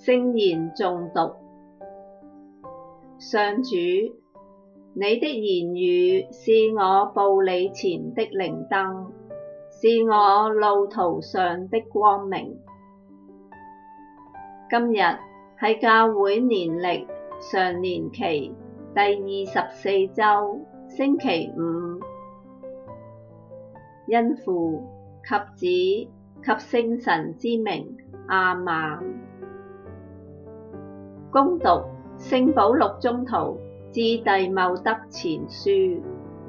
聖言誦讀。上主，你的言語是我步履前的靈燈，是我路途上的光明。今日係教會年曆常年期第24週星期五，因父及子及聖神之名，阿們。恭讀聖保祿宗徒致弟茂德前書。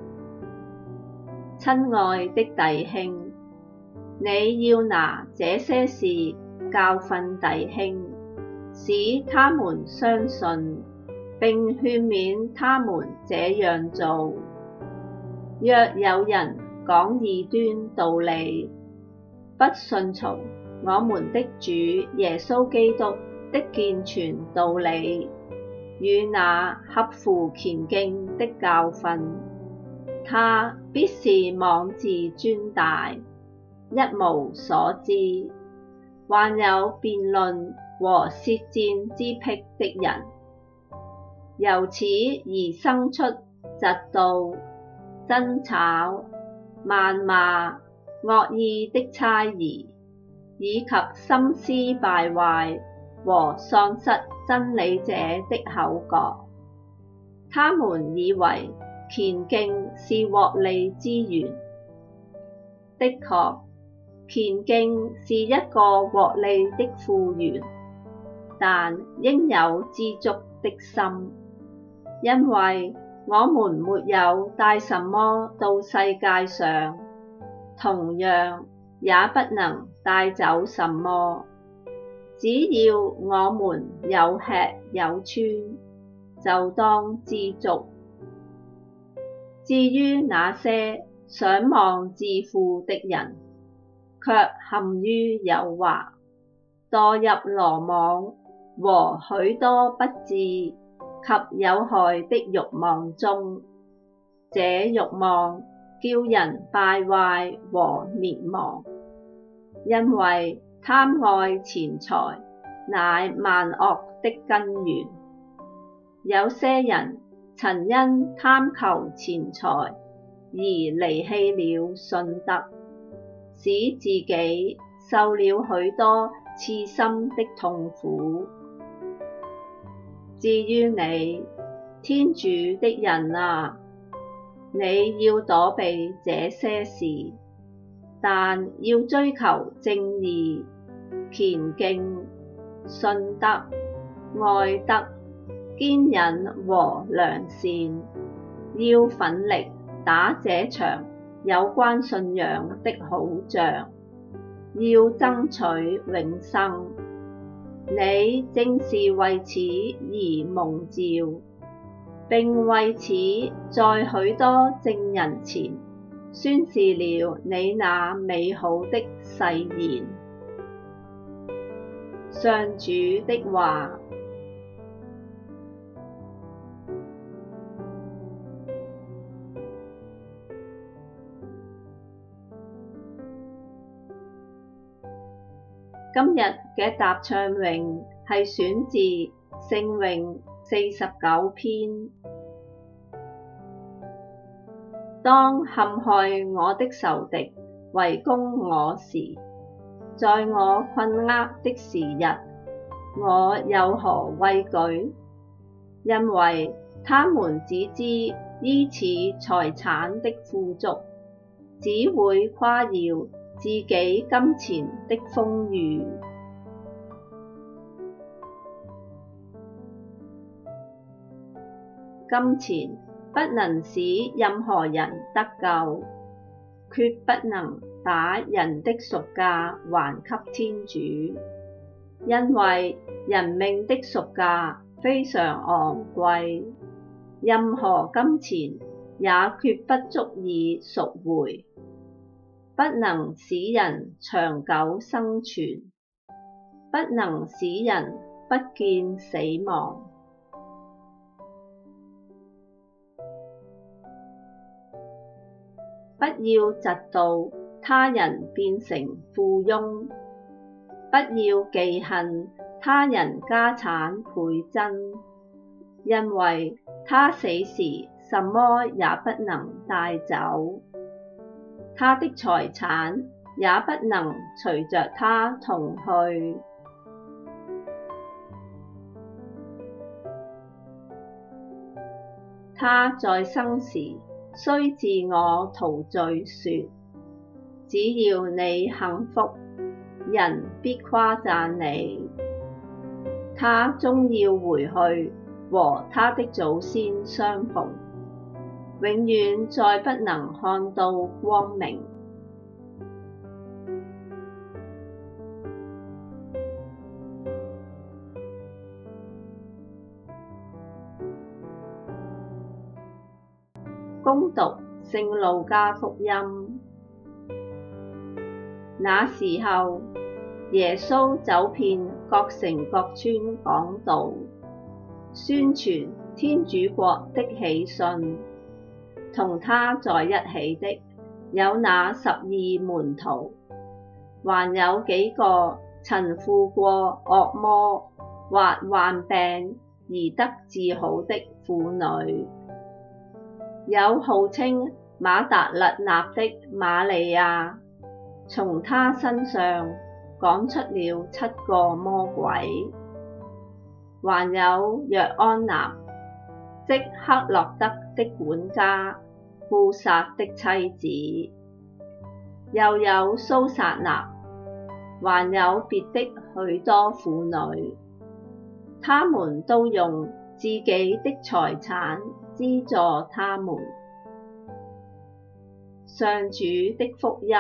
親愛的弟兄，你要拿這些事教訓弟兄，使他們相信，並勸勉他們這樣做。若有人講異端道理，不順從我們的主耶穌基督的健全道理，與那合乎虔敬的教訓，他必是妄自尊大，一無所知，患有辯論和舌戰之癖的人，由此而生出嫉妒、爭吵、謾罵、惡意的猜疑，以及心思敗壞和喪失真理者的口角。他們以為虔敬是獲利之源。的確，虔敬是一個獲利的富源，但應有知足的心，因為我們沒有帶什麼到世界上，同樣也不能帶走什麼。只要我們有吃有穿，就當知足。至於那些想望致富的人，卻陷於誘惑，墮入羅網和許多不智及有害的慾望中。這慾望叫人敗壞和滅亡，因為貪愛錢財乃萬惡的根源。有些人曾因貪求錢財而離棄了信德，使自己受了許多刺心的痛苦。至於你，天主的人啊，你要躲避這些事，但要追求正義、虔敬、信德、愛德、堅忍和良善，要奮力打這場有關信仰的好仗，要爭取永生。你正是為此而蒙召，並為此在許多證人前宣示了你那美好的誓言。上主的話。今日嘅答唱詠係選自聖詠49篇。當陷害我的仇敵圍攻我時，在我困厄的時日，我有何畏懼？因為他們只知依恃財產的富足，只會誇耀自己金錢的豐裕。金錢不能使任何人得救，決不能把人的贖價還給天主，因為人命的贖價非常昂貴，任何金錢也決不足以贖回。不能使人長久生存，不能使人不見死亡。不要嫉妒他人變成富翁，不要忌恨他人家產倍增，因為他死時什麼也不能帶走，他的財產也不能隨着他同去。他在生時雖自我陶醉說，只要你幸福，人必誇讚你。他終要回去和他的祖先相逢，永遠再不能看到光明。恭讀聖路加福音。那時候，耶穌走遍各城各村講道，宣傳天主國的喜訊。同他在一起的有那12門徒，還有幾個曾附過惡魔或患病而得治好的婦女。有號稱瑪達肋納的瑪利亞，從她身上趕出了7個魔鬼。還有約安納，即黑落德的管家庫撒的妻子，又有蘇撒納，還有別的許多婦女，她們都用自己的財產資助他們。上主的福音。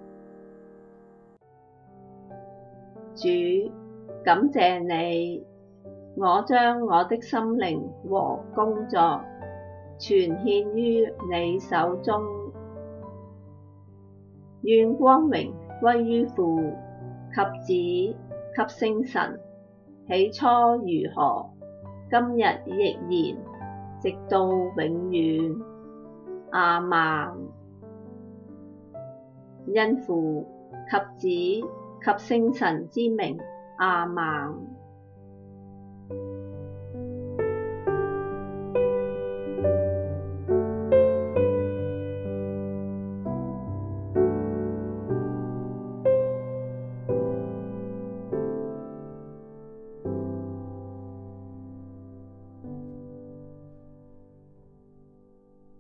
主，感謝你， 我將我的心靈和工作全獻於你手中。願光榮歸於父及子及聖神，起初如何，今日亦然，直到永遠。阿們。因父及子及聖神之名。阿們。